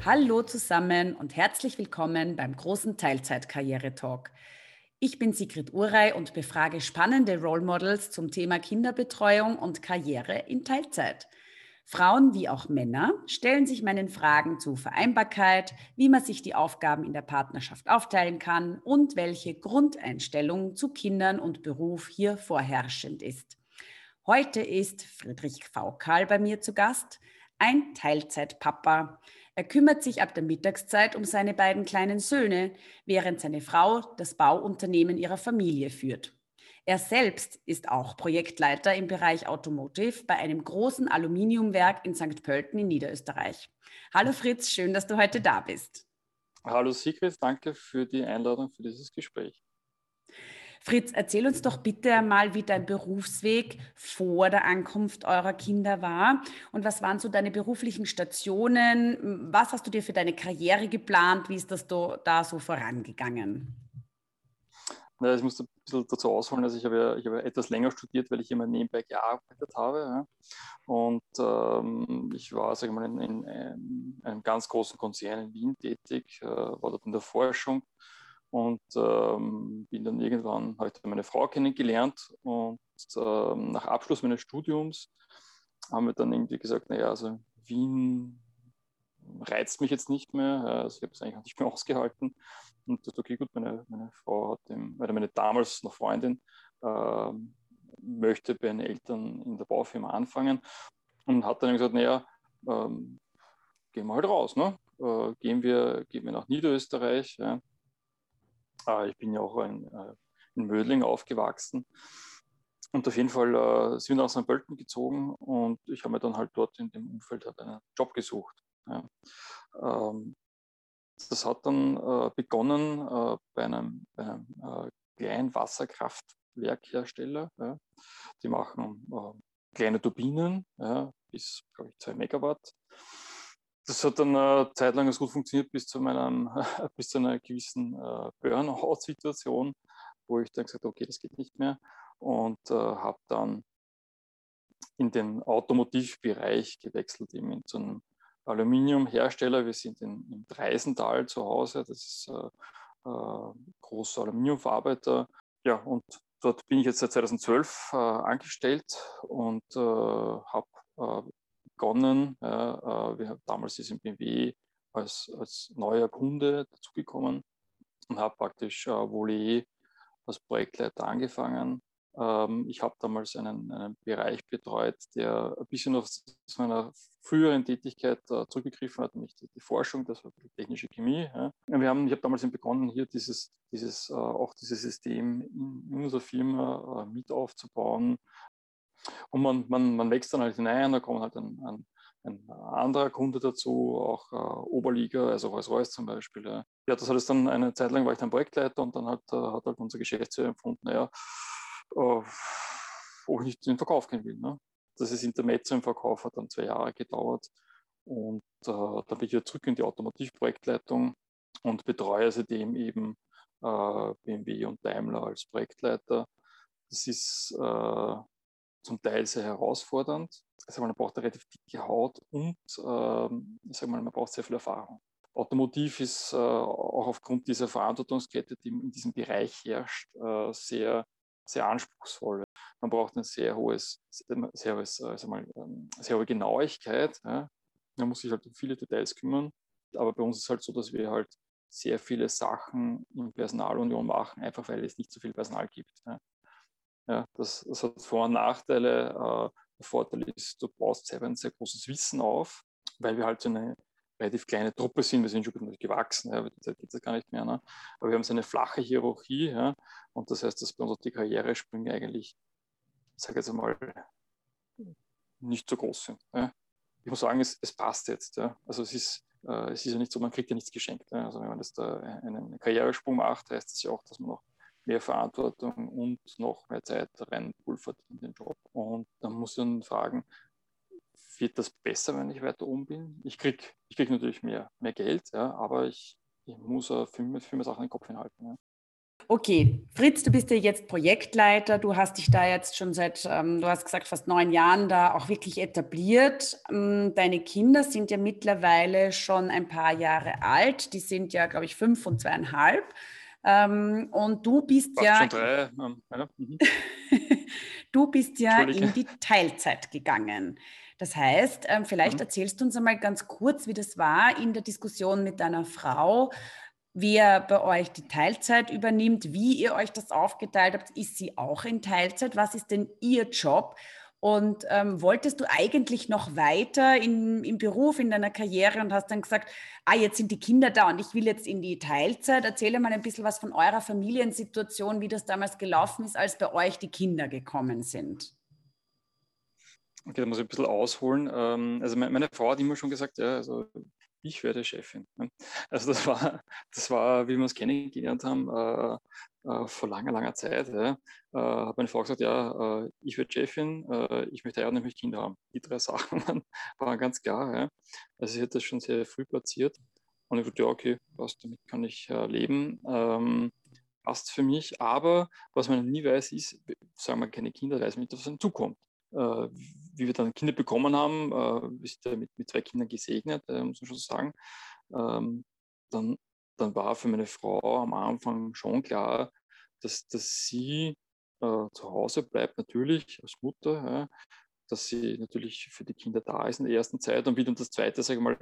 Hallo zusammen und herzlich willkommen beim großen Teilzeit-Karriere-Talk. Ich bin Sigrid Urey und befrage spannende Role Models zum Thema Kinderbetreuung und Karriere in Teilzeit. Frauen wie auch Männer stellen sich meinen Fragen zu Vereinbarkeit, wie man sich die Aufgaben in der Partnerschaft aufteilen kann und welche Grundeinstellung zu Kindern und Beruf hier vorherrschend ist. Heute ist Friedrich Faukal bei mir zu Gast, ein Teilzeitpapa. Er kümmert sich ab der Mittagszeit um seine beiden kleinen Söhne, während seine Frau das Bauunternehmen ihrer Familie führt. Er selbst ist auch Projektleiter im Bereich Automotive bei einem großen Aluminiumwerk in St. Pölten in Niederösterreich. Hallo Fritz, schön, dass du heute da bist. Hallo Sigrid, danke für die Einladung für dieses Gespräch. Fritz, erzähl uns doch bitte einmal, wie dein Berufsweg vor der Ankunft eurer Kinder war und was waren so deine beruflichen Stationen? Was hast du dir für deine Karriere geplant? Wie ist das da so vorangegangen? Ja, ich muss ein bisschen dazu ausholen, also ich habe etwas länger studiert, weil ich immer nebenbei gearbeitet habe. Ja. Und ich war, sage ich mal, in einem ganz großen Konzern in Wien tätig, war dort in der Forschung und bin dann irgendwann heute meine Frau kennengelernt und nach Abschluss meines Studiums haben wir dann irgendwie gesagt, naja, also Wien reizt mich jetzt nicht mehr. Also ich habe es eigentlich auch nicht mehr ausgehalten. Und das okay, gut, meine Frau hat oder meine damals noch Freundin äh, möchte bei den Eltern in der Baufirma anfangen und hat dann gesagt, naja, gehen wir halt raus. Ne? Gehen wir nach Niederösterreich. Ja? Ich bin ja auch in Mödling aufgewachsen. Und auf jeden Fall sind wir nach St. Pölten gezogen und ich habe mir dann halt dort in dem Umfeld halt einen Job gesucht. Ja. Ähm, Das hat dann begonnen bei einem kleinen Wasserkraftwerkhersteller. Ja. Die machen kleine Turbinen, ja, bis, glaube ich, 2 Megawatt. Das hat dann eine Zeit lang ganz gut funktioniert bis zu einer gewissen Burnout-Situation, wo ich dann gesagt habe, okay, das geht nicht mehr. Und habe dann in den Automotivbereich gewechselt, eben in so einem Aluminiumhersteller. Wir sind in Dreisental zu Hause, das ist großer Aluminiumverarbeiter. Ja, und dort bin ich jetzt seit 2012 angestellt und habe begonnen. Damals ist im BMW als neuer Kunde dazugekommen und habe praktisch Volet als Projektleiter angefangen. Ich habe damals einen Bereich betreut, der ein bisschen auf meiner früheren Tätigkeit zurückgegriffen hat, nämlich die Forschung, das war die technische Chemie. Ja. Ich habe damals begonnen, hier auch dieses System in unserer Firma mit aufzubauen. Und man wächst dann halt hinein, da kommt halt ein anderer Kunde dazu, auch Oberliga, also Rolls-Royce zum Beispiel. Ja. Ja, das hat es dann eine Zeit lang war ich dann Projektleiter und dann hat halt unser Geschäftsführer empfunden, naja, ob ich nicht in den Verkauf gehen will. Ne? Das ist Intermezzo im Verkauf, hat dann 2 Jahre gedauert und dann bin ich wieder zurück in die Automotivprojektleitung und betreue seitdem eben BMW und Daimler als Projektleiter. Das ist zum Teil sehr herausfordernd. Also man braucht eine relativ dicke Haut und ich sag mal, man braucht sehr viel Erfahrung. Automotiv ist auch aufgrund dieser Verantwortungskette, die in diesem Bereich herrscht, sehr, sehr anspruchsvoll. Man braucht eine sehr hohe Genauigkeit. Ja. Man muss sich halt um viele Details kümmern. Aber bei uns ist es halt so, dass wir halt sehr viele Sachen in Personalunion machen, einfach weil es nicht so viel Personal gibt. Ja. Ja, das hat Vor- und Nachteile. Der Vorteil ist, du baust selber ein sehr großes Wissen auf, weil wir halt so eine relativ kleine Truppe sind. Wir sind schon ein bisschen gewachsen, ja, da geht es gar nicht mehr. Ne? Aber wir haben so eine flache Hierarchie. Ja? Und das heißt, dass bei uns die Karrieresprünge eigentlich, ich sage jetzt einmal, nicht so groß sind. Ja? Ich muss sagen, es passt jetzt. Ja? Also es ist ja nicht so, man kriegt ja nichts geschenkt. Ja? Also wenn man das da einen Karrieresprung macht, heißt das ja auch, dass man noch mehr Verantwortung und noch mehr Zeit reinpulvert in den Job. Und dann muss ich dann fragen, wird das besser, wenn ich weiter oben bin? Ich krieg natürlich mehr Geld, ja, aber ich muss für mir Sachen in den Kopf hinhalten. Ja. Okay, Fritz, du bist ja jetzt Projektleiter. Du hast dich da jetzt schon seit, du hast gesagt, fast 9 Jahren da auch wirklich etabliert. Deine Kinder sind ja mittlerweile schon ein paar Jahre alt. Die sind ja, glaube ich, 5 und 2,5. Und du bist Fast ja, schon 3. Ja. du bist ja Entschuldige. in die Teilzeit gegangen. Das heißt, vielleicht Mhm. erzählst du uns einmal ganz kurz, wie das war in der Diskussion mit deiner Frau, wer bei euch die Teilzeit übernimmt, wie ihr euch das aufgeteilt habt. Ist sie auch in Teilzeit? Was ist denn ihr Job? Und wolltest du eigentlich noch weiter im Beruf, in deiner Karriere und hast dann gesagt, jetzt sind die Kinder da und ich will jetzt in die Teilzeit. Erzähle mal ein bisschen was von eurer Familiensituation, wie das damals gelaufen ist, als bei euch die Kinder gekommen sind. Okay, da muss ich ein bisschen ausholen. Also meine Frau hat immer schon gesagt, ja, also ich werde Chefin. Ne? Also das war, wie wir uns kennengelernt haben, vor langer, langer Zeit. Ja, hat meine Frau gesagt, ja, ich werde Chefin, ich möchte heiraten, ich möchte Kinder haben. Die 3 Sachen waren ganz klar. Ja. Also sie hat das schon sehr früh platziert. Und ich dachte, ja, okay, passt, damit kann ich leben. Passt für mich. Aber was man nie weiß, ist, sagen wir keine Kinder, weiß man nicht, was einem zukommt. Wie wir dann Kinder bekommen haben, wir sind ja mit 2 Kindern gesegnet, muss man schon sagen, ähm, dann, dann war für meine Frau am Anfang schon klar, dass sie zu Hause bleibt, natürlich als Mutter, ja, dass sie natürlich für die Kinder da ist in der ersten Zeit und wie dann das zweite, sage ich mal,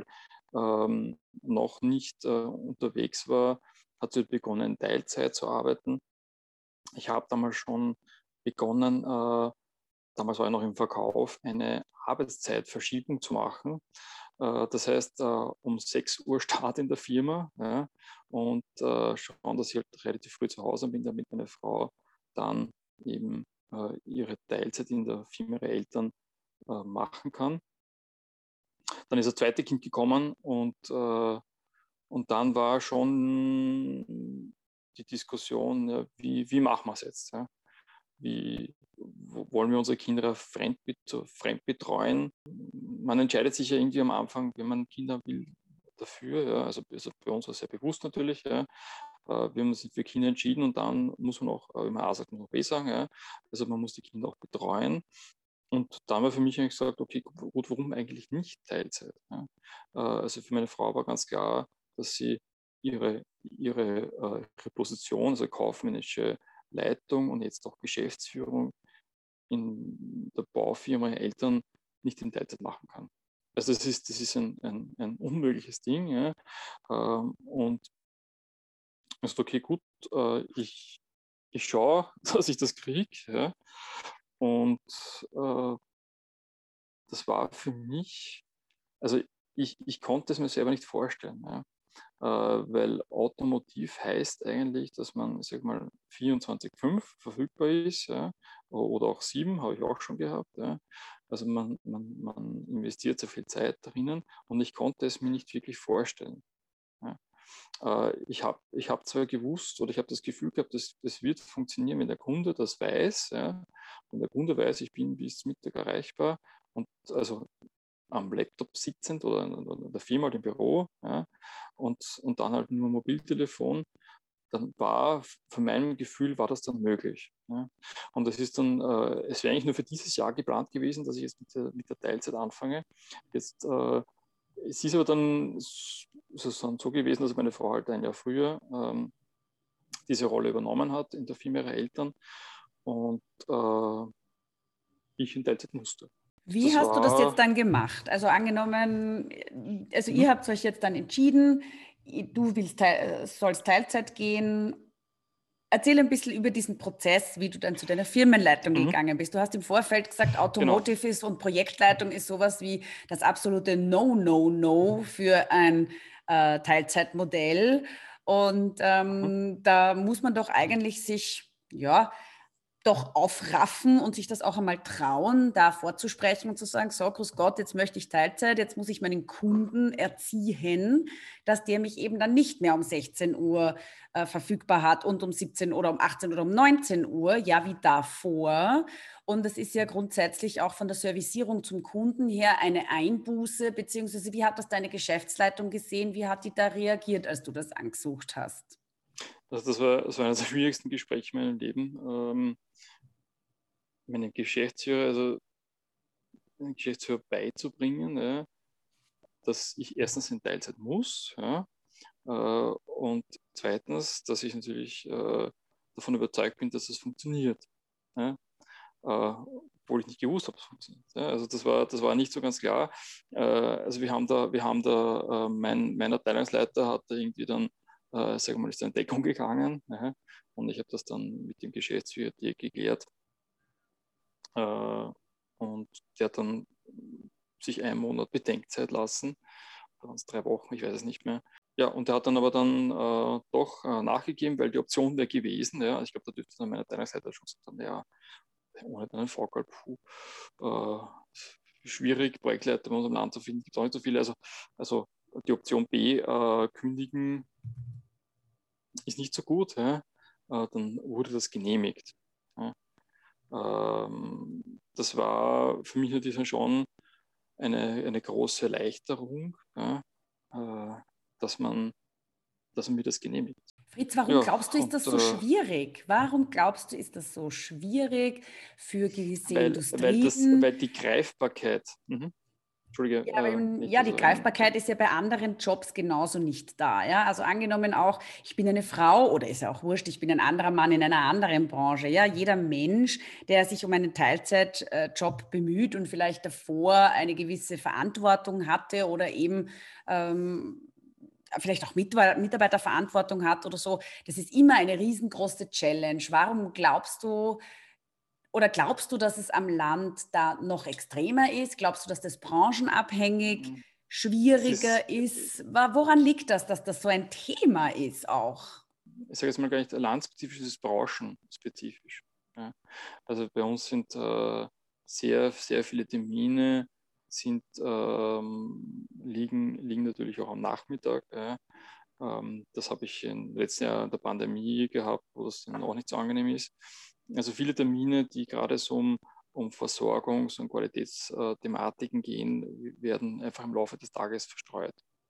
noch nicht unterwegs war, hat sie begonnen, in Teilzeit zu arbeiten. Ich habe damals schon begonnen, damals war ich noch im Verkauf, eine Arbeitszeitverschiebung zu machen. Das heißt, um 6 Uhr Start in der Firma, ja, und schauen, dass ich halt relativ früh zu Hause bin, damit meine Frau dann eben ihre Teilzeit in der Firma ihrer Eltern machen kann. Dann ist das zweite Kind gekommen und dann war schon die Diskussion, ja, wie machen wir es jetzt? Ja? Wie wollen wir unsere Kinder fremdbetreuen? Man entscheidet sich ja irgendwie am Anfang, wenn man Kinder will, dafür. Ja, also bei uns war es sehr bewusst natürlich. Ja. Wir haben uns für Kinder entschieden und dann muss man auch, wie man A sagt, noch B sagen. Ja. Also man muss die Kinder auch betreuen. Und dann war für mich eigentlich gesagt, okay, gut, warum eigentlich nicht Teilzeit? Ja? Also für meine Frau war ganz klar, dass sie ihre Position, also kaufmännische Leitung und jetzt auch Geschäftsführung in der Baufirma ihrer Eltern nicht in Teilzeit machen kann. Also das ist ein unmögliches Ding. Ja? Und ich dachte, okay, gut, ich schaue, dass ich das kriege. Ja? Und das war für mich, also ich konnte es mir selber nicht vorstellen. Ja? Weil Automotiv heißt eigentlich, dass man, sag mal, 24/5 verfügbar ist, ja, oder auch 7, habe ich auch schon gehabt. Ja. Also man investiert so viel Zeit drinnen und ich konnte es mir nicht wirklich vorstellen. Ja. Ich hab zwar gewusst oder ich habe das Gefühl gehabt, das wird funktionieren, wenn der Kunde das weiß. Ja. Wenn der Kunde weiß, ich bin bis Mittag erreichbar und also am Laptop sitzend oder in der Firma oder im Büro, ja, und dann halt nur Mobiltelefon, dann war von meinem Gefühl war das dann möglich. Ja. Und das ist dann, es wäre eigentlich nur für dieses Jahr geplant gewesen, dass ich jetzt mit der Teilzeit anfange. Jetzt es ist aber dann sozusagen so gewesen, dass meine Frau halt ein Jahr früher diese Rolle übernommen hat in der Firma ihrer Eltern und ich in Teilzeit musste. Wie Das hast du das jetzt war, dann gemacht? Also angenommen, also mhm, ihr habt euch jetzt dann entschieden, du sollst Teilzeit gehen. Erzähl ein bisschen über diesen Prozess, wie du dann zu deiner Firmenleitung mhm, gegangen bist. Du hast im Vorfeld gesagt, genau. Automotive ist und Projektleitung ist sowas wie das absolute No-No-No für ein Teilzeitmodell. Und Mhm. da muss man doch eigentlich sich, ja, doch aufraffen und sich das auch einmal trauen, da vorzusprechen und zu sagen, so, grüß Gott, jetzt möchte ich Teilzeit, jetzt muss ich meinen Kunden erziehen, dass der mich eben dann nicht mehr um 16 Uhr verfügbar hat und um 17 oder um 18 oder um 19 Uhr, ja, wie davor. Und das ist ja grundsätzlich auch von der Servicierung zum Kunden her eine Einbuße, beziehungsweise wie hat das deine Geschäftsleitung gesehen, wie hat die da reagiert, als du das angesucht hast? Also das war eines der schwierigsten Gespräche in meinem Leben. Meinem Geschäftsführer beizubringen, ja, dass ich erstens in Teilzeit muss, ja, und zweitens, dass ich natürlich davon überzeugt bin, dass es funktioniert. Ja, obwohl ich nicht gewusst habe, es funktioniert. Ja, also das war nicht so ganz klar. Also mein Abteilungsleiter hat da irgendwie dann, sagen wir mal, ist in Deckung gegangen, ja, und ich habe das dann mit dem Geschäftsführer geklärt. Und der hat dann sich einen Monat Bedenkzeit lassen, oder waren es 3 Wochen, ich weiß es nicht mehr. Ja, und der hat dann aber dann doch nachgegeben, weil die Option wäre gewesen, ja, ich glaube, da dürfte dann meine Abteilungsleiter schon gesagt haben, ja, ohne einen VKL, schwierig, Projektleiter bei uns im Land zu finden, gibt es auch nicht so viele. Also die Option B, kündigen, ist nicht so gut. Ja? Dann wurde das genehmigt. Ja? Das war für mich natürlich schon eine große Erleichterung, ja? Dass man mir das genehmigt. Fritz, warum Ja, glaubst du, ist und das so schwierig? Warum glaubst du, ist das so schwierig für gewisse weil Industrien? die Greifbarkeit, Entschuldige, Ja, wenn ich ja, das die Greifbarkeit ist ja bei anderen Jobs genauso nicht da. Ja? Also angenommen auch, ich bin eine Frau oder ist ja auch wurscht, ich bin ein anderer Mann in einer anderen Branche. Ja? Jeder Mensch, der sich um einen Teilzeitjob bemüht und vielleicht davor eine gewisse Verantwortung hatte oder eben vielleicht auch Mitarbeiterverantwortung hat oder so, das ist immer eine riesengroße Challenge. Warum glaubst du, oder glaubst du, dass es am Land da noch extremer ist? Glaubst du, dass das branchenabhängig es ist, schwieriger ist? Woran liegt das, dass das so ein Thema ist auch? ich sage jetzt mal gar nicht landspezifisch, es ist branchenspezifisch. Ja. Also bei uns sind sehr, sehr viele Termine liegen natürlich auch am Nachmittag. Ja. Das habe ich im letzten Jahr in der Pandemie gehabt, wo das dann auch nicht so angenehm ist. Also viele Termine, die gerade so um Versorgungs- und Qualitätsthematiken gehen, werden einfach im Laufe des Tages verstreut.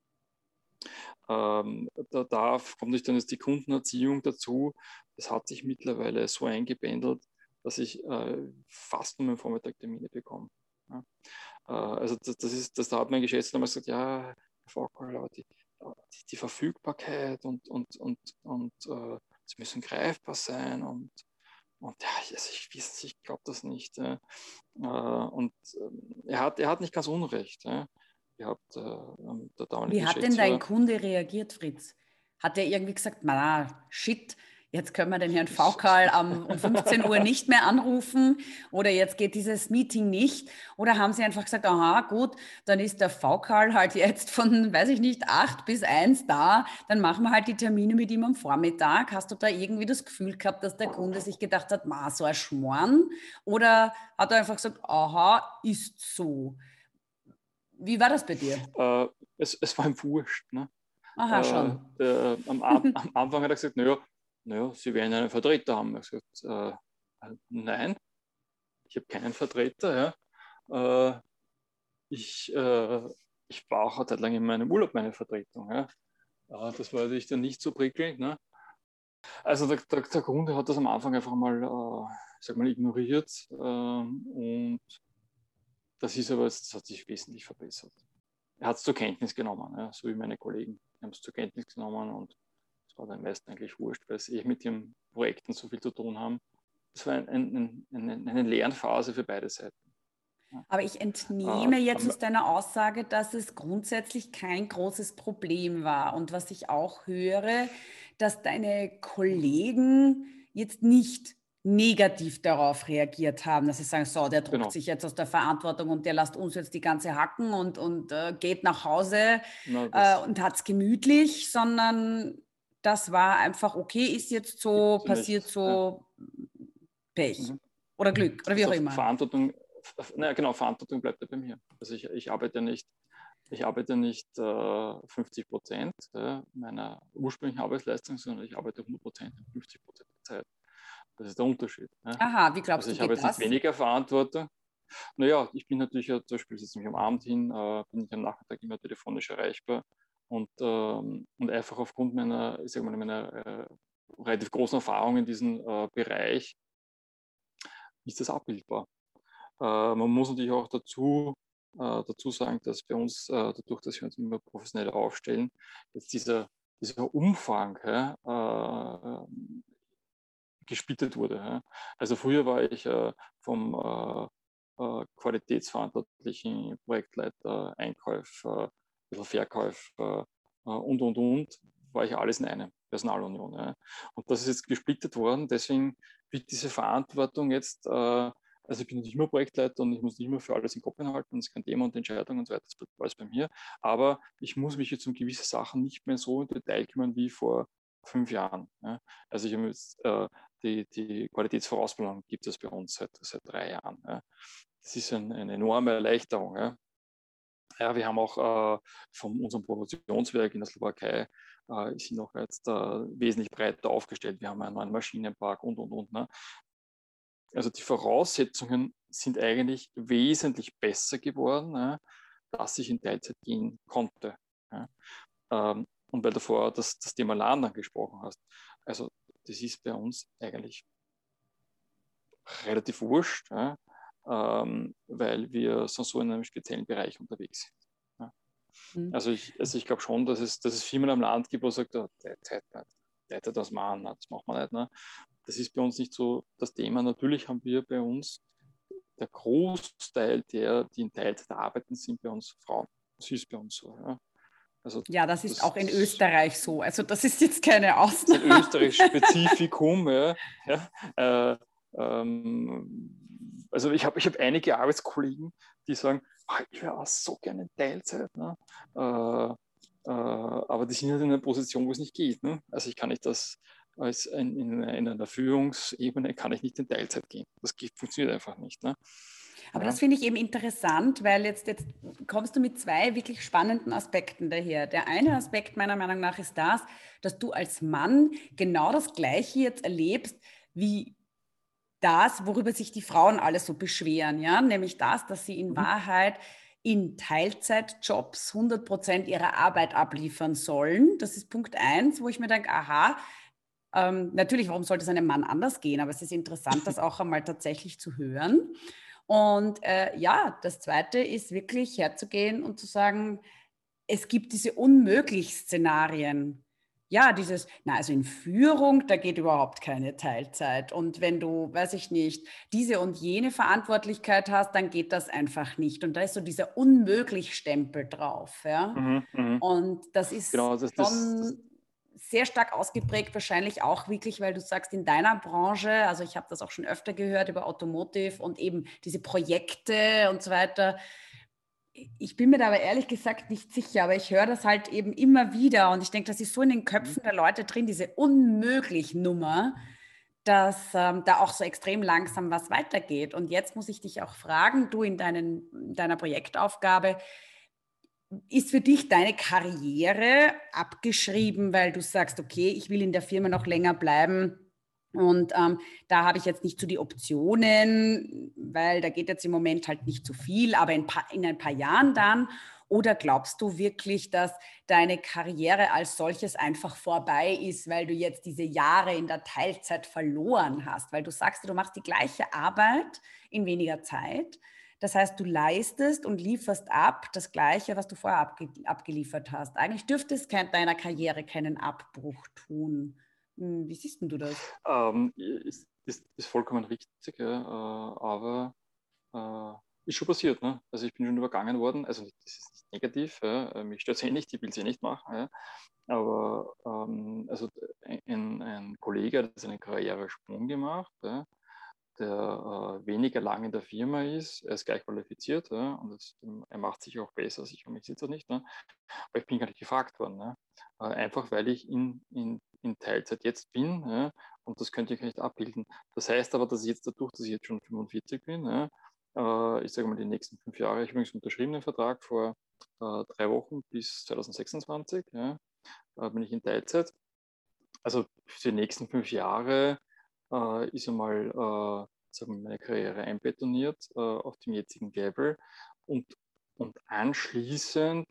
Da kommt nicht dann jetzt die Kundenerziehung dazu. Das hat sich mittlerweile so eingependelt, dass ich fast nur am Vormittag Termine bekomme. Ja. Also da hat mein Geschäftsführer damals gesagt, ja, Frau Koller, die Verfügbarkeit und sie müssen greifbar sein und ja, also ich glaube das nicht. Und er hat nicht ganz Unrecht. Ja. Gehabt, der damalige Wie hat denn dein Geschäftsführer. Kunde reagiert, Fritz? Hat der irgendwie gesagt, na, shit, jetzt können wir den Herrn Es- Faukal um 15 Uhr nicht mehr anrufen oder jetzt geht dieses Meeting nicht? Oder haben sie einfach gesagt, aha, gut, dann ist der Faukal halt jetzt von, weiß ich nicht, 8 bis 1 da, dann machen wir halt die Termine mit ihm am Vormittag. Hast du da irgendwie das Gefühl gehabt, dass der Kunde sich gedacht hat, ma, so ein Schmarrn? Oder hat er einfach gesagt, aha, ist so? Wie war das bei dir? Es war ihm wurscht. Ne? Aha, schon. Am Anfang hat er gesagt, naja, Sie werden einen Vertreter haben. Ich habe gesagt, nein, ich habe keinen Vertreter. Ja. Ich war auch eine Zeit lang in meinem Urlaub meine Vertretung. Ja. Das war natürlich dann nicht so prickelnd. Ne? Also der Kunde hat das am Anfang einfach mal, sag mal, ignoriert. Und das hat sich wesentlich verbessert. Er hat es zur Kenntnis genommen, ja, so wie meine Kollegen. Die haben es zur Kenntnis genommen und es war den meisten eigentlich wurscht, weil sie mit ihren Projekten so viel zu tun haben. Das war eine Lernphase für beide Seiten. Ja. Aber ich entnehme jetzt aus deiner Aussage, dass es grundsätzlich kein großes Problem war. Und was ich auch höre, dass deine Kollegen jetzt nicht negativ darauf reagiert haben, dass sie sagen, so, der druckt Genau. sich jetzt aus der Verantwortung und der lasst uns jetzt die ganze Hacken und geht nach Hause Na, und hat es gemütlich, sondern das war einfach, okay, ist jetzt so, gibt's passiert nicht. Ja. so, Pech Mhm. oder Glück oder wie auch Also immer. Verantwortung bleibt ja bei mir. Also ich arbeite nicht, 50% meiner ursprünglichen Arbeitsleistung, sondern ich arbeite 100% und 50% der Zeit. Das ist der Unterschied. Ja. Aha, wie Also glaubst du, ich habe geht jetzt nicht das? weniger Verantwortung. Naja, ich bin natürlich, zum Beispiel sitze ich am Abend hin, bin ich am Nachmittag immer telefonisch erreichbar. Und einfach aufgrund meiner, ich sag mal, meiner relativ großen Erfahrung in diesem Bereich ist das abbildbar. Man muss natürlich auch dazu sagen, dass bei uns, dadurch, dass wir uns immer professionell aufstellen, jetzt dieser Umfang gesplittet wurde. Ja. Also früher war ich vom Qualitätsverantwortlichen, Projektleiter, Einkauf, Verkauf und, war ich alles in einem, Personalunion. Ja. Und das ist jetzt gesplittet worden, deswegen wird diese Verantwortung jetzt, also ich bin nicht immer Projektleiter und ich muss nicht immer für alles im Kopf halten, das ist kein Thema und Entscheidungen und so weiter, das bleibt alles bei mir, aber ich muss mich jetzt um gewisse Sachen nicht mehr so im Detail kümmern wie vor 5 Jahren. Ja. Also ich habe jetzt die Qualitätsvorausplanung gibt es bei uns seit 3 Jahren. Ja. Das ist eine enorme Erleichterung. Ja. Ja, wir haben auch von unserem Produktionswerk in der Slowakei sind noch jetzt wesentlich breiter aufgestellt. Wir haben einen neuen Maschinenpark und. Ne? Also die Voraussetzungen sind eigentlich wesentlich besser geworden, ja, dass ich in Teilzeit gehen konnte. Ja. Und weil du vorher das Thema LAN angesprochen hast, also das ist bei uns eigentlich relativ wurscht, ja, weil wir so in einem speziellen Bereich unterwegs sind. Ja. Mhm. Also ich glaube schon, dass es Firmen am Land gibt, wo sagt, oh, Zeit das machen, das macht man nicht. Ne? Das ist bei uns nicht so das Thema. Natürlich haben wir bei uns, der Großteil der, die in Teilzeit arbeiten, sind bei uns Frauen. Das ist bei uns so. Ja. Also Ja, das ist auch in das Österreich so. Also das ist jetzt keine ist ein Ausnahme. Österreich-Spezifikum. Ja. Ja. Also ich hab einige Arbeitskollegen, die sagen, ich wäre auch so gerne in Teilzeit. Ne? Aber die sind halt in einer Position, wo es nicht geht. Ne? Also ich kann nicht das in einer Führungsebene kann ich nicht in Teilzeit gehen. Das funktioniert einfach nicht. Ne? Aber das Ja. finde ich eben interessant, weil jetzt kommst du mit zwei wirklich spannenden Aspekten daher. Der eine Aspekt meiner Meinung nach ist das, dass du als Mann genau das Gleiche jetzt erlebst wie das, worüber sich die Frauen alle so beschweren, ja, nämlich das, dass sie in Mhm. Wahrheit in Teilzeitjobs 100% ihrer Arbeit abliefern sollen. Das ist Punkt eins, wo ich mir denke, aha, natürlich, warum sollte es einem Mann anders gehen? Aber es ist interessant, das auch einmal tatsächlich zu hören. Und ja, das Zweite ist wirklich herzugehen und zu sagen, es gibt diese Unmöglich-Szenarien. Ja, also in Führung, da geht überhaupt keine Teilzeit. Und wenn du, weiß ich nicht, diese und jene Verantwortlichkeit hast, dann geht das einfach nicht. Und da ist so dieser Unmöglich-Stempel drauf. Ja? Mhm. Mhm. Und das ist Genau, schon sehr stark ausgeprägt, wahrscheinlich auch wirklich, weil du sagst, in deiner Branche, also ich habe das auch schon öfter gehört über Automotive und eben diese Projekte und so weiter. Ich bin mir da aber ehrlich gesagt nicht sicher, aber ich höre das halt eben immer wieder und ich denke, das ist so in den mhm. Köpfen der Leute drin, diese Unmöglich-Nummer, dass da auch so extrem langsam was weitergeht. Und jetzt muss ich dich auch fragen, du in deiner Projektaufgabe, ist für dich deine Karriere abgeschrieben, weil du sagst, okay, ich will in der Firma noch länger bleiben und da habe ich jetzt nicht so die Optionen, weil da geht jetzt im Moment halt nicht so viel, aber in ein paar Jahren dann? Oder glaubst du wirklich, dass deine Karriere als solches einfach vorbei ist, weil du jetzt diese Jahre in der Teilzeit verloren hast? Weil du sagst, du machst die gleiche Arbeit in weniger Zeit. Das heißt, du leistest und lieferst ab das Gleiche, was du vorher abgeliefert hast. Eigentlich dürfte es deiner Karriere keinen Abbruch tun. Wie siehst denn du das? Ist vollkommen richtig, ja, aber ist schon passiert. Ne? Also ich bin schon übergangen worden. Also das ist nicht negativ, ja. Mich stört es eh nicht, ich will es eh nicht machen. Ja. Aber also ein Kollege hat jetzt einen Karrieresprung gemacht, ja, der weniger lang in der Firma ist. Er ist gleich qualifiziert, ja, und er macht sich auch besser. Also ich mich sitzt nicht. Ne? Aber ich bin gar nicht gefragt worden. Ne? Einfach weil ich in Teilzeit jetzt bin, ja, und das könnte ich nicht abbilden. Das heißt aber, dass ich jetzt dadurch, dass ich jetzt schon 45 bin, ja, ich sage mal die nächsten 5 Jahre, ich habe übrigens unterschrieben den Vertrag vor 3 Wochen bis 2026, ja, bin ich in Teilzeit. Also für die nächsten 5 Jahre ist einmal sagen wir, meine Karriere einbetoniert auf dem jetzigen Level und anschließend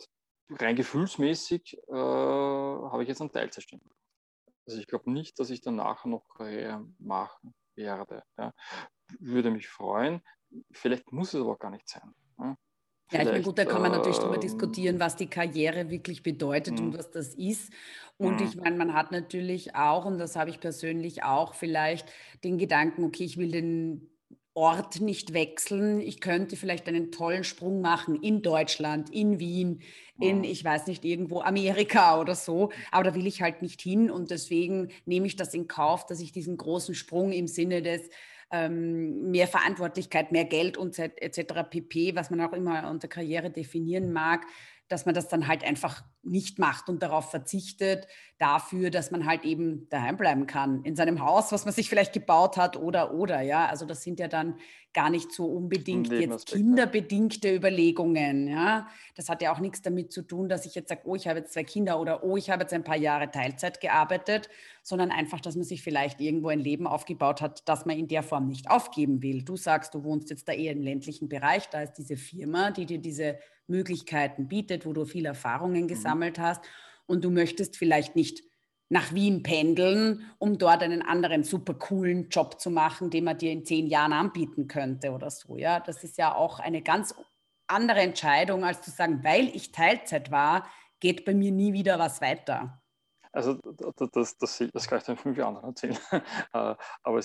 rein gefühlsmäßig habe ich jetzt einen Teilzeitstempel. Also ich glaube nicht, dass ich danach noch Karriere machen werde. Ja. Würde mich freuen. Vielleicht muss es aber gar nicht sein. Ja. Ja, ich meine, Vielleicht, gut, da kann man natürlich drüber diskutieren, was die Karriere wirklich bedeutet und mh, was das ist. Und mh, ich meine, man hat natürlich auch, und das habe ich persönlich auch, vielleicht den Gedanken, okay, ich will den Ort nicht wechseln. Ich könnte vielleicht einen tollen Sprung machen in Deutschland, in Wien, in, mh, ich weiß nicht, irgendwo Amerika oder so. Aber da will ich halt nicht hin. Und deswegen nehme ich das in Kauf, dass ich diesen großen Sprung im Sinne des mehr Verantwortlichkeit, mehr Geld und etc. pp., was man auch immer unter Karriere definieren mag, dass man das dann halt einfach nicht macht und darauf verzichtet, dafür, dass man halt eben daheim bleiben kann, in seinem Haus, was man sich vielleicht gebaut hat oder, ja. Also das sind ja dann gar nicht so unbedingt jetzt Nebenaspekt. Ja. kinderbedingte Überlegungen, ja. Das hat ja auch nichts damit zu tun, dass ich jetzt sage, oh, ich habe jetzt 2 Kinder oder oh, ich habe jetzt ein paar Jahre Teilzeit gearbeitet, sondern einfach, dass man sich vielleicht irgendwo ein Leben aufgebaut hat, das man in der Form nicht aufgeben will. Du sagst, du wohnst jetzt da eher im ländlichen Bereich, da ist diese Firma, die dir diese Möglichkeiten bietet, wo du viele Erfahrungen Mhm. gesammelt hast und du möchtest vielleicht nicht nach Wien pendeln, um dort einen anderen super coolen Job zu machen, den man dir in 10 Jahren anbieten könnte oder so. Ja, das ist ja auch eine ganz andere Entscheidung, als zu sagen, weil ich Teilzeit war, geht bei mir nie wieder was weiter. Also das kann ich dann 5 Jahren erzählen. Aber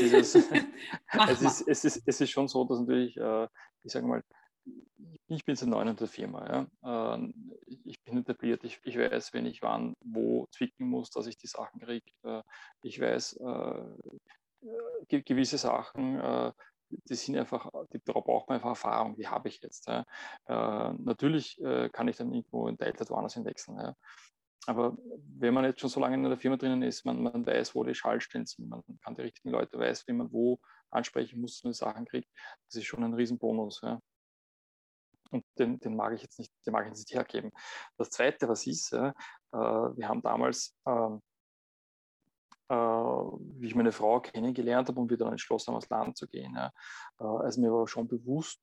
Mach mal. es ist schon so, dass natürlich, ich sage mal, ich bin seit 9 in der Firma. Ja. Ich bin etabliert, ich weiß, wenn ich wann, wo zwicken muss, dass ich die Sachen kriege. Ich weiß, gewisse Sachen, die sind einfach, da braucht man einfach Erfahrung, die habe ich jetzt. Ja. Natürlich kann ich dann irgendwo in Teilzeit woanders hinwechseln. Ja. Aber wenn man jetzt schon so lange in der Firma drinnen ist, man weiß, wo die Schaltstellen sind, man kann die richtigen Leute, weiß, wie man wo ansprechen muss, wenn man Sachen kriegt, das ist schon ein Riesenbonus. Ja. Und den mag ich jetzt nicht, den mag ich jetzt nicht hergeben. Das Zweite, was ist, ja, wir haben damals, wie ich meine Frau kennengelernt habe und wir dann entschlossen haben, aufs Land zu gehen, ja, also mir war schon bewusst,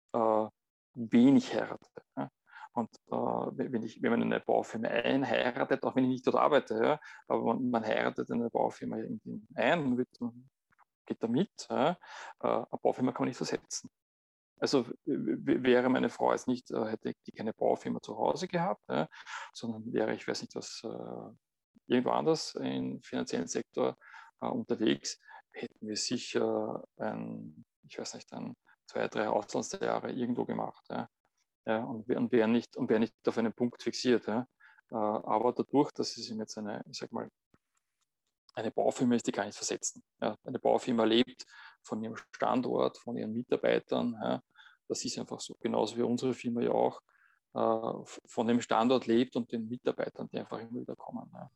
wen ich heirate. Ja. Und wenn man in eine Baufirma einheiratet, auch wenn ich nicht dort arbeite, ja, aber man heiratet in eine Baufirma irgendwie ein, geht da mit. Ja, eine Baufirma kann man nicht versetzen. Also wäre meine Frau jetzt nicht, hätte die keine Baufirma zu Hause gehabt, ja, sondern wäre, ich weiß nicht was, irgendwo anders im finanziellen Sektor unterwegs, hätten wir sicher ich weiß nicht, 2, 3 Auslandsjahre irgendwo gemacht. Ja. Ja, und wären nicht auf einen Punkt fixiert. Ja. Aber dadurch, dass es jetzt ich sag mal, eine Baufirma ist, die kann ich versetzen. Ja. Eine Baufirma lebt von ihrem Standort, von ihren Mitarbeitern. Ja. Das ist einfach so, genauso wie unsere Firma ja auch von dem Standort lebt und den Mitarbeitern, die einfach immer wieder kommen. Ja.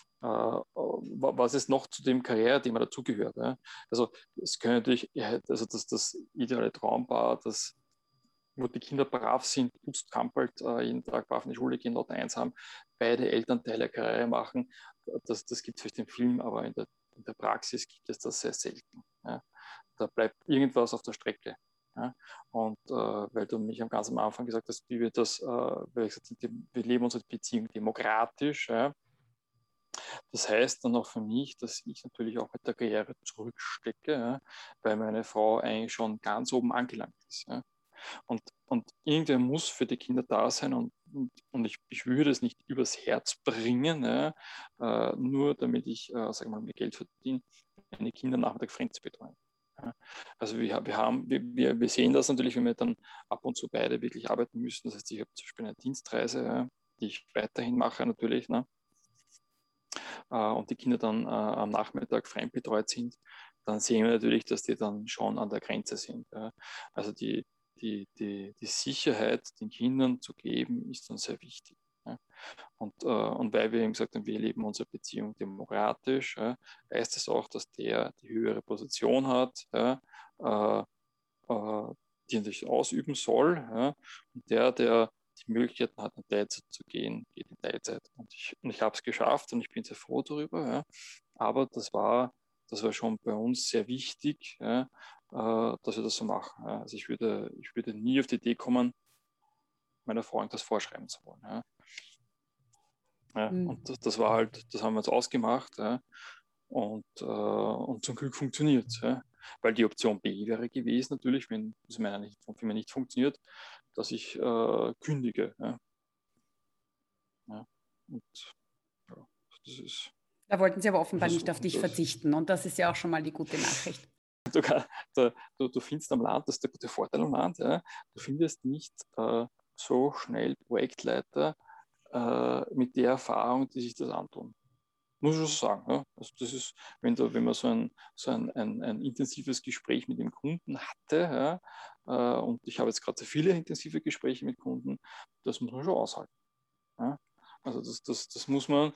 Was es noch zu dem Karrierethema dazugehört. Ja. Also es können natürlich, also das ideale Traumpaar, wo die Kinder brav sind, putzt, kampelt, jeden Tag brav in die Schule gehen, Note 1 haben, beide Elternteile Karriere machen. Das gibt es vielleicht im Film, aber in der Praxis gibt es das sehr selten. Ja. Da bleibt irgendwas auf der Strecke. Ja. Und weil du mich ganz am Anfang gesagt hast, wie wir das, weil ich gesagt habe, wir leben unsere Beziehung demokratisch. Ja. Das heißt dann auch für mich, dass ich natürlich auch mit der Karriere zurückstecke, ja, weil meine Frau eigentlich schon ganz oben angelangt ist. Ja. Und irgendwer muss für die Kinder da sein und ich würde es nicht übers Herz bringen, ja, nur damit ich, sag mal, mehr Geld verdiene, meine Kinder Nachmittag fremd zu betreuen. Ja. Also wir sehen das natürlich, wenn wir dann ab und zu beide wirklich arbeiten müssen. Das heißt, ich habe zum Beispiel eine Dienstreise, ja, die ich weiterhin mache natürlich, ne, und die Kinder dann am Nachmittag fremdbetreut sind, dann sehen wir natürlich, dass die dann schon an der Grenze sind. Ja. Also die Sicherheit den Kindern zu geben, ist dann sehr wichtig. Ja. Und weil wir eben gesagt haben, wir leben unsere Beziehung demokratisch, ja, heißt es auch, dass der die höhere Position hat, ja, die er sich ausüben soll. Ja, und der die Möglichkeit hat, in Teilzeit zu gehen, geht in Teilzeit. Und ich habe es geschafft und ich bin sehr froh darüber. Ja. Aber das war schon bei uns sehr wichtig, ja, dass wir das so machen. Ja. Also ich würde nie auf die Idee kommen, meiner Frau das vorschreiben zu wollen. Ja. Ja, Mhm. und das war halt, das haben wir uns ausgemacht, ja, und zum Glück funktioniert es. Ja. Weil die Option B wäre gewesen, natürlich, wenn es für mich nicht funktioniert, dass ich kündige. Ja. Ja. Und ja, das ist. Da wollten sie aber offenbar Das, nicht auf dich verzichten und das ist ja auch schon mal die gute Nachricht. du findest am Land, das ist der Vorteil am Land, ja, du findest nicht so schnell Projektleiter mit der Erfahrung, die sich das antun. Muss ich schon sagen. Ja. Also das ist, wenn man ein intensives Gespräch mit dem Kunden hatte, ja, und ich habe jetzt gerade sehr viele intensive Gespräche mit Kunden, das muss man schon aushalten. Ja. Also das muss man,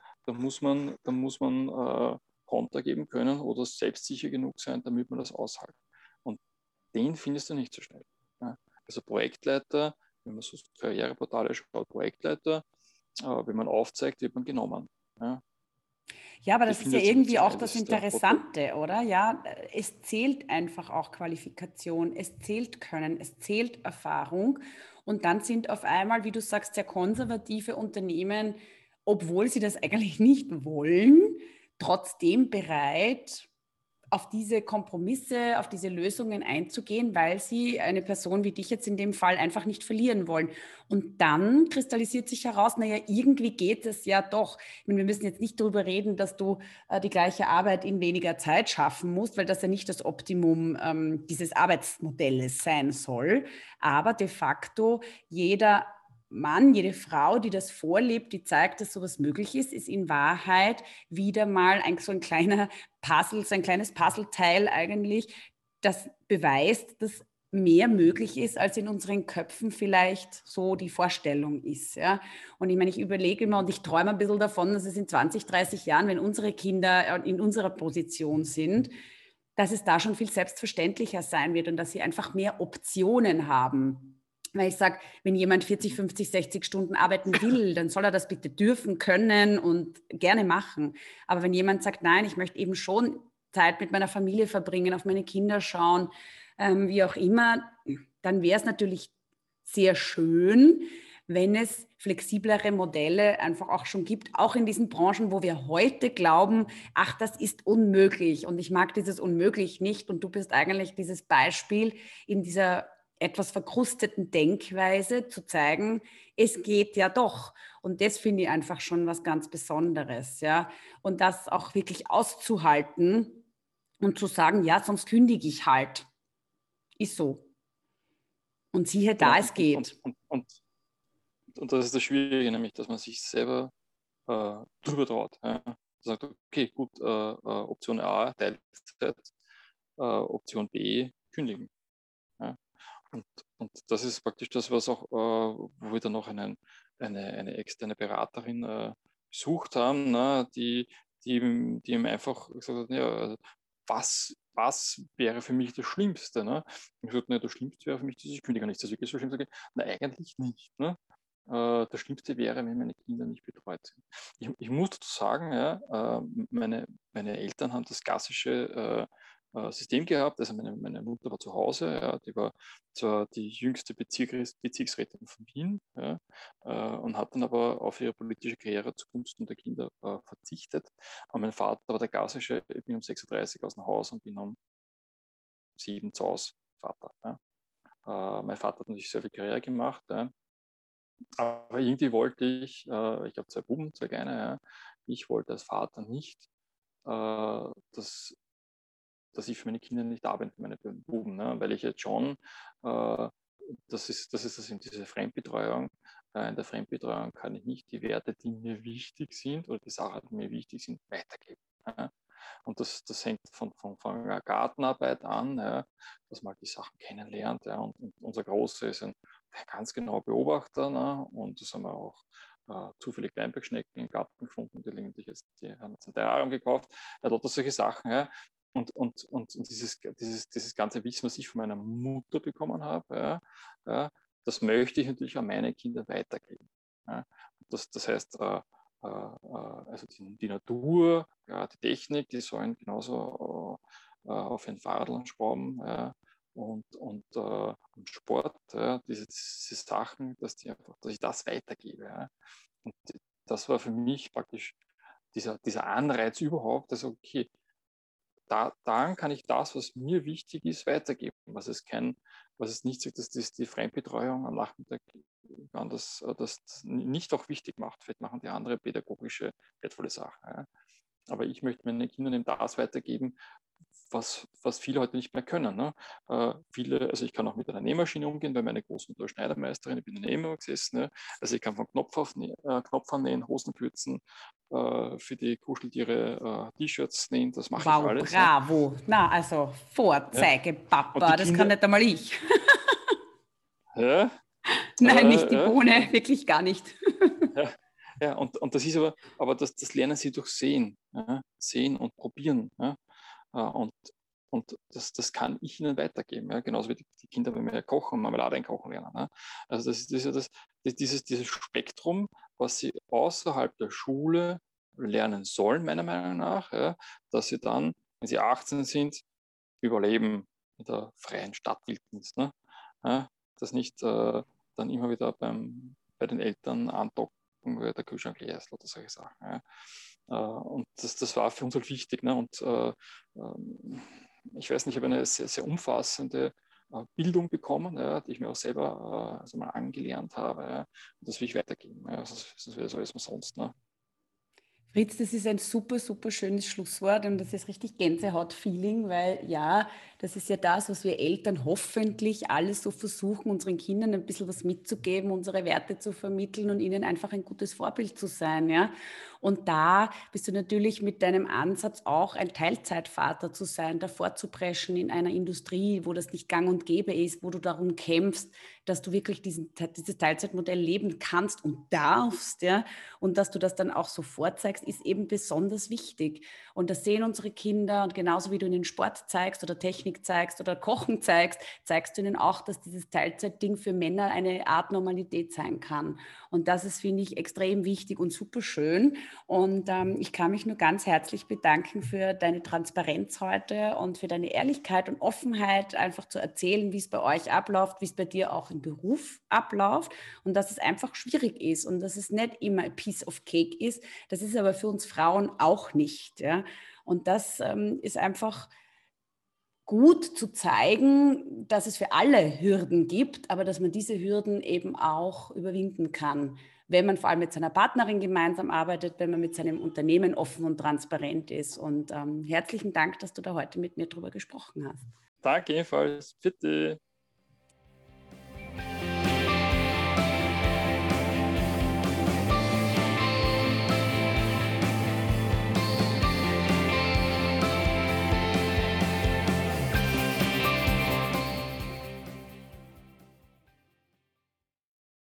da muss man Konter geben können oder selbstsicher genug sein, damit man das aushält. Und den findest du nicht so schnell. Ja. Also Projektleiter, wenn man so Karriereportale schaut, Projektleiter, wenn man aufzeigt, wird man genommen. Ja. Ja, aber Die das ist ja findet sich nicht irgendwie so auch schnell, das das ist der Vorteil. Interessante, oder? Ja, es zählt einfach auch Qualifikation, es zählt Können, es zählt Erfahrung. Und dann sind auf einmal, wie du sagst, sehr konservative Unternehmen, obwohl sie das eigentlich nicht wollen, trotzdem bereit, auf diese Kompromisse, auf diese Lösungen einzugehen, weil sie eine Person wie dich jetzt in dem Fall einfach nicht verlieren wollen. Und dann kristallisiert sich heraus, naja, irgendwie geht es ja doch. Ich meine, wir müssen jetzt nicht darüber reden, dass du die gleiche Arbeit in weniger Zeit schaffen musst, weil das ja nicht das Optimum dieses Arbeitsmodells sein soll. Aber de facto jeder Mann, jede Frau, die das vorlebt, die zeigt, dass sowas möglich ist, ist in Wahrheit wieder mal so ein kleiner Puzzle, so ein kleines Puzzleteil eigentlich, das beweist, dass mehr möglich ist, als in unseren Köpfen vielleicht so die Vorstellung ist. Ja? Und ich meine, ich überlege immer und ich träume ein bisschen davon, dass es in 20, 30 Jahren, wenn unsere Kinder in unserer Position sind, dass es da schon viel selbstverständlicher sein wird und dass sie einfach mehr Optionen haben. Weil ich sage, wenn jemand 40, 50, 60 Stunden arbeiten will, dann soll er das bitte dürfen, können und gerne machen. Aber wenn jemand sagt, nein, ich möchte eben schon Zeit mit meiner Familie verbringen, auf meine Kinder schauen, wie auch immer, dann wäre es natürlich sehr schön, wenn es flexiblere Modelle einfach auch schon gibt, auch in diesen Branchen, wo wir heute glauben, ach, das ist unmöglich und ich mag dieses unmöglich nicht und du bist eigentlich dieses Beispiel in dieser etwas verkrusteten Denkweise zu zeigen, es geht ja doch. Und das finde ich einfach schon was ganz Besonderes, ja. Und das auch wirklich auszuhalten und zu sagen, ja, sonst kündige ich halt. Ist so. Und siehe da, Genau. es geht. Und das ist das Schwierige, nämlich, dass man sich selber drüber traut. Ja. Sagt, okay, gut, Option A, Teilzeit, Option B, kündigen. Ja. Und, und das ist praktisch das, was auch, wo wir dann noch eine externe Beraterin gesucht haben, ne, die ihm einfach gesagt hat, ja, also was wäre für mich das Schlimmste? Ne? Ich habe gesagt, ne, das Schlimmste wäre für mich, dass ich kündige. Nicht das wirklich so schlimm sage, na eigentlich nicht. Ne? Das Schlimmste wäre, wenn meine Kinder nicht betreut sind. Ich muss dazu sagen, ja, meine Eltern haben das klassische System gehabt. Also meine Mutter war zu Hause, ja, die war zwar die jüngste Bezirksrätin von Wien, ja, und hat dann aber auf ihre politische Karriere zugunsten der Kinder verzichtet. Und mein Vater war der klassische, ich bin um 6:30 Uhr aus dem Haus und bin um 7 zu Hause, Vater. Ja. Mein Vater hat natürlich sehr viel Karriere gemacht, ja. Aber irgendwie wollte ich habe 2 Buben, 2 kleine, ja, ich wollte als Vater nicht, dass ich für meine Kinder nicht arbeite, für meine Buben, ne? Weil ich jetzt schon, das ist diese Fremdbetreuung. In der Fremdbetreuung kann ich nicht die Werte, die mir wichtig sind oder die Sachen, die mir wichtig sind, weitergeben. Ja? Und das hängt von einer Gartenarbeit an, ja, dass man halt die Sachen kennenlernt. Ja? Und unser Großer ist ein ganz genauer Beobachter, ne? Und das haben wir auch zufällig Weinbergschnecken im Garten gefunden, die haben jetzt ein Terrarium gekauft. Er hat solche Sachen. Ja? Und dieses ganze Wissen, was ich von meiner Mutter bekommen habe, das möchte ich natürlich an meine Kinder weitergeben. Ja. Das heißt, also die Natur, die Technik, die sollen genauso auf ein Fahrrad schrauben, und Sport, ja, diese Sachen, dass ich das weitergebe. Ja. Und das war für mich praktisch dieser Anreiz überhaupt, dass okay, dann kann ich das, was mir wichtig ist, weitergeben. Was es nicht sagt, dass das die Fremdbetreuung am Nachmittag das nicht auch wichtig macht. Vielleicht machen die andere pädagogische, wertvolle Sachen. Ja. Aber ich möchte meinen Kindern eben das weitergeben, was viele heute nicht mehr können. Ne? Also ich kann auch mit einer Nähmaschine umgehen, weil meine Großmutter Schneidermeisterin, ich bin in der Nähmaschine gesessen. Ne? Also ich kann von Knopf annähen, Hosen kürzen, für die Kuscheltiere T-Shirts nähen, das mache ich Wow, alles. Ja? bravo. Na, also Ja? Vorzeige, Und die Papa, das kann Kinder, nicht einmal ich. ja, Nein, nicht die ja, Bohne, wirklich gar nicht. ja, ja, und das ist aber das lernen sie durch Sehen, ja? Sehen und Probieren. Ja? Und das kann ich ihnen weitergeben. Ja? Genauso wie die Kinder bei mir kochen, Marmelade einkochen lernen. Ja? Also das ist ja dieses Spektrum, was sie außerhalb der Schule lernen sollen, meiner Meinung nach, ja? Dass sie dann, wenn sie 18 sind, überleben in der freien Stadtwildnis. Ne? Ja? Das nicht dann immer wieder bei den Eltern andocken, weil der Kühlschrank leer ist oder solche Sachen. Ja? Und das war für uns halt wichtig. Ne? Und ich weiß nicht, ich habe eine sehr, sehr umfassende Bildung bekommen, ja, die ich mir auch selber also mal angelernt habe. Ja. Und das will ich weitergeben. Ja. Das wäre so alles umsonst. Ne? Fritz, das ist ein super, super schönes Schlusswort und das ist richtig Gänsehaut-Feeling, weil ja, das ist ja das, was wir Eltern hoffentlich alles so versuchen, unseren Kindern ein bisschen was mitzugeben, unsere Werte zu vermitteln und ihnen einfach ein gutes Vorbild zu sein, ja. Und da bist du natürlich mit deinem Ansatz auch ein Teilzeitvater zu sein, davor zu preschen in einer Industrie, wo das nicht gang und gäbe ist, wo du darum kämpfst, dass du wirklich dieses Teilzeitmodell leben kannst und darfst, ja. Und dass du das dann auch so vorzeigst, ist eben besonders wichtig. Und das sehen unsere Kinder und genauso wie du ihnen Sport zeigst oder Technik zeigst oder Kochen zeigst, zeigst du ihnen auch, dass dieses Teilzeitding für Männer eine Art Normalität sein kann. Und das ist, finde ich, extrem wichtig und super schön. Und ich kann mich nur ganz herzlich bedanken für deine Transparenz heute und für deine Ehrlichkeit und Offenheit, einfach zu erzählen, wie es bei euch abläuft, wie es bei dir auch im Beruf abläuft und dass es einfach schwierig ist und dass es nicht immer ein Piece of Cake ist. Das ist aber für uns Frauen auch nicht. Ja? Und das ist einfach gut zu zeigen, dass es für alle Hürden gibt, aber dass man diese Hürden eben auch überwinden kann, wenn man vor allem mit seiner Partnerin gemeinsam arbeitet, wenn man mit seinem Unternehmen offen und transparent ist. Und herzlichen Dank, dass du da heute mit mir drüber gesprochen hast. Danke ebenfalls. Bitte.